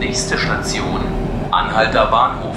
Nächste Station, Anhalter Bahnhof.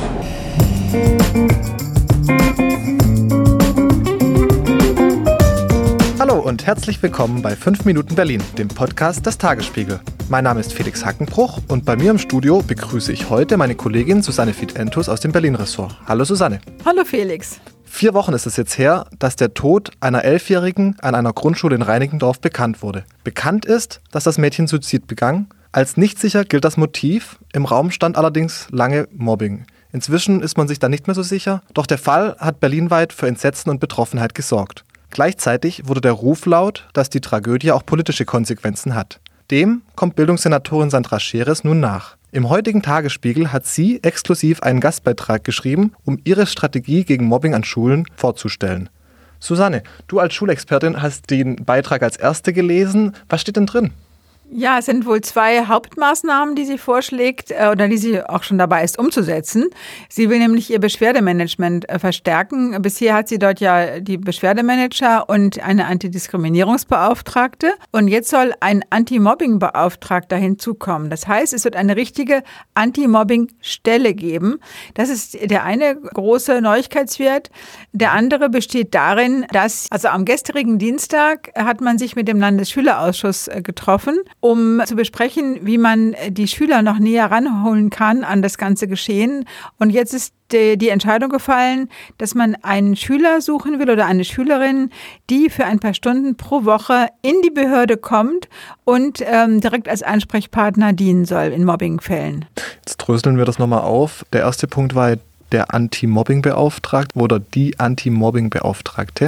Hallo und herzlich willkommen bei 5 Minuten Berlin, dem Podcast des Tagesspiegel. Mein Name ist Felix Hackenbruch und bei mir im Studio begrüße ich heute meine Kollegin Susanne Fied-Entus aus dem Berlin-Ressort. Hallo Susanne. Hallo Felix. 4 Wochen ist es jetzt her, dass der Tod einer 11-Jährigen an einer Grundschule in Reinickendorf bekannt wurde. Bekannt ist, dass das Mädchen Suizid begangen. Als nicht sicher gilt das Motiv. Im Raum stand allerdings lange Mobbing. Inzwischen ist man sich da nicht mehr so sicher. Doch der Fall hat berlinweit für Entsetzen und Betroffenheit gesorgt. Gleichzeitig wurde der Ruf laut, dass die Tragödie auch politische Konsequenzen hat. Dem kommt Bildungssenatorin Sandra Scheres nun nach. Im heutigen Tagesspiegel hat sie exklusiv einen Gastbeitrag geschrieben, um ihre Strategie gegen Mobbing an Schulen vorzustellen. Susanne, du als Schulexpertin hast den Beitrag als erste gelesen. Was steht denn drin? Ja, es sind wohl 2 Hauptmaßnahmen, die sie vorschlägt oder die sie auch schon dabei ist umzusetzen. Sie will nämlich ihr Beschwerdemanagement verstärken. Bisher hat sie dort ja die Beschwerdemanager und eine Antidiskriminierungsbeauftragte. Und jetzt soll ein Anti-Mobbing-Beauftragter hinzukommen. Das heißt, es wird eine richtige Anti-Mobbing-Stelle geben. Das ist der eine große Neuigkeitswert. Der andere besteht darin, dass am gestrigen Dienstag hat man sich mit dem Landesschülerausschuss getroffen, um zu besprechen, wie man die Schüler noch näher ranholen kann an das ganze Geschehen. Und jetzt ist die Entscheidung gefallen, dass man einen Schüler suchen will oder eine Schülerin, die für ein paar Stunden pro Woche in die Behörde kommt und direkt als Ansprechpartner dienen soll in Mobbingfällen. Jetzt dröseln wir das nochmal auf. Der erste Punkt war der Anti-Mobbing-Beauftragte oder die Anti-Mobbing-Beauftragte.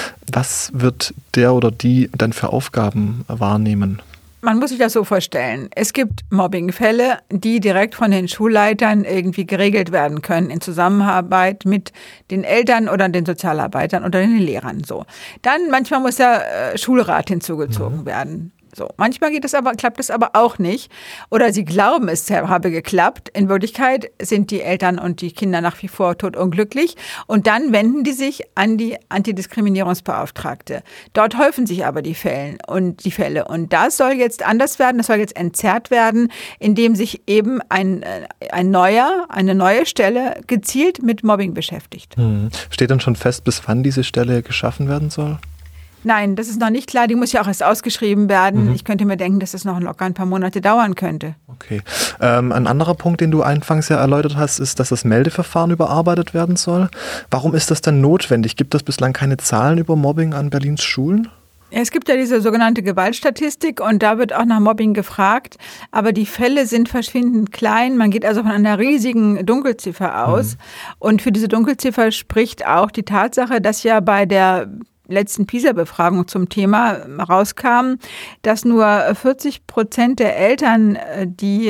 Was wird der oder die dann für Aufgaben wahrnehmen? Man muss sich das so vorstellen. Es gibt Mobbingfälle, die direkt von den Schulleitern irgendwie geregelt werden können in Zusammenarbeit mit den Eltern oder den Sozialarbeitern oder den Lehrern. So. Dann manchmal muss der Schulrat hinzugezogen werden. So, manchmal klappt es aber auch nicht. Oder sie glauben, es habe geklappt. In Wirklichkeit sind die Eltern und die Kinder nach wie vor todunglücklich. Und dann wenden die sich an die Antidiskriminierungsbeauftragte. Dort häufen sich aber die Fälle. Und das soll jetzt anders werden. Das soll jetzt entzerrt werden, indem sich eben eine neue Stelle gezielt mit Mobbing beschäftigt. Steht dann schon fest, bis wann diese Stelle geschaffen werden soll? Nein, das ist noch nicht klar. Die muss ja auch erst ausgeschrieben werden. Ich könnte mir denken, dass das noch locker ein paar Monate dauern könnte. Okay. Ein anderer Punkt, den du anfangs ja erläutert hast, ist, dass das Meldeverfahren überarbeitet werden soll. Warum ist das denn notwendig? Gibt es bislang keine Zahlen über Mobbing an Berlins Schulen? Es gibt ja diese sogenannte Gewaltstatistik und da wird auch nach Mobbing gefragt, aber die Fälle sind verschwindend klein. Man geht also von einer riesigen Dunkelziffer aus. Und für diese Dunkelziffer spricht auch die Tatsache, dass ja bei der letzten PISA-Befragung zum Thema rauskam, dass nur 40% der Eltern, die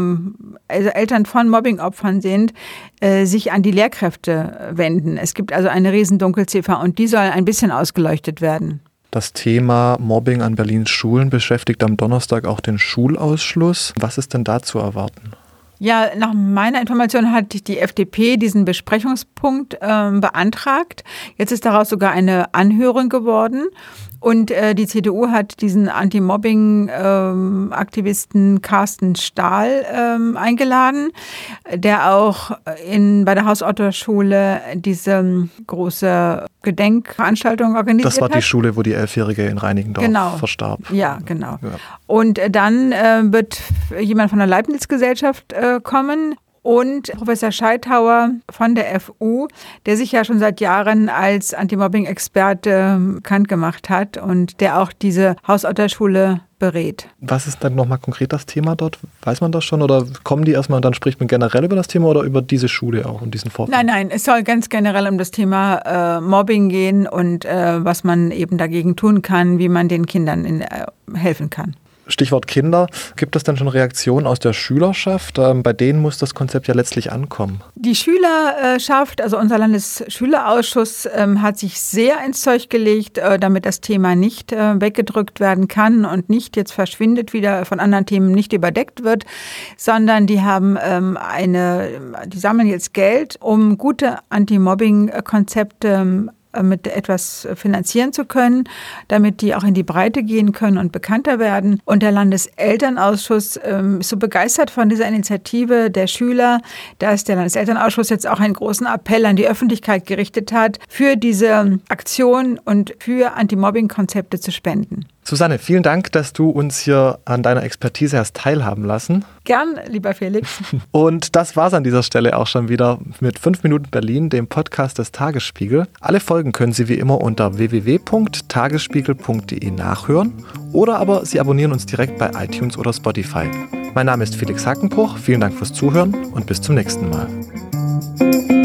Eltern von Mobbing-Opfern sind, sich an die Lehrkräfte wenden. Es gibt also eine riesen Dunkelziffer und die soll ein bisschen ausgeleuchtet werden. Das Thema Mobbing an Berlins Schulen beschäftigt am Donnerstag auch den Schulausschluss. Was ist denn da zu erwarten? Ja, nach meiner Information hat die FDP diesen Besprechungspunkt beantragt. Jetzt ist daraus sogar eine Anhörung geworden. Und die CDU hat diesen Anti-Mobbing-Aktivisten Carsten Stahl eingeladen, der auch bei der Haus-Otto-Schule diese große Gedenkveranstaltung organisiert hat. Das war die Schule, wo die 11-Jährige in Reinickendorf verstarb. Ja, genau. Ja. Und dann wird jemand von der Leibniz-Gesellschaft kommen. Und Professor Scheithauer von der FU, der sich ja schon seit Jahren als Anti-Mobbing-Experte bekannt gemacht hat und der auch diese Haus-Otter-Schule berät. Was ist dann nochmal konkret das Thema dort? Weiß man das schon oder kommen die erstmal und dann spricht man generell über das Thema oder über diese Schule auch und diesen Vorfall? Nein, es soll ganz generell um das Thema Mobbing gehen und was man eben dagegen tun kann, wie man den Kindern helfen kann. Stichwort Kinder. Gibt es denn schon Reaktionen aus der Schülerschaft? Bei denen muss das Konzept ja letztlich ankommen. Die Schülerschaft, also unser Landesschülerausschuss, hat sich sehr ins Zeug gelegt, damit das Thema nicht weggedrückt werden kann und nicht jetzt verschwindet, wieder von anderen Themen nicht überdeckt wird, sondern die haben die sammeln jetzt Geld, um gute Anti-Mobbing-Konzepte mit etwas finanzieren zu können, damit die auch in die Breite gehen können und bekannter werden. Und der Landeselternausschuss ist so begeistert von dieser Initiative der Schüler, dass der Landeselternausschuss jetzt auch einen großen Appell an die Öffentlichkeit gerichtet hat, für diese Aktion und für Anti-Mobbing-Konzepte zu spenden. Susanne, vielen Dank, dass du uns hier an deiner Expertise hast teilhaben lassen. Gern, lieber Felix. Und das war's an dieser Stelle auch schon wieder mit 5 Minuten Berlin, dem Podcast des Tagesspiegel. Alle Folgen können Sie wie immer unter www.tagesspiegel.de nachhören oder aber Sie abonnieren uns direkt bei iTunes oder Spotify. Mein Name ist Felix Hackenbruch, vielen Dank fürs Zuhören und bis zum nächsten Mal.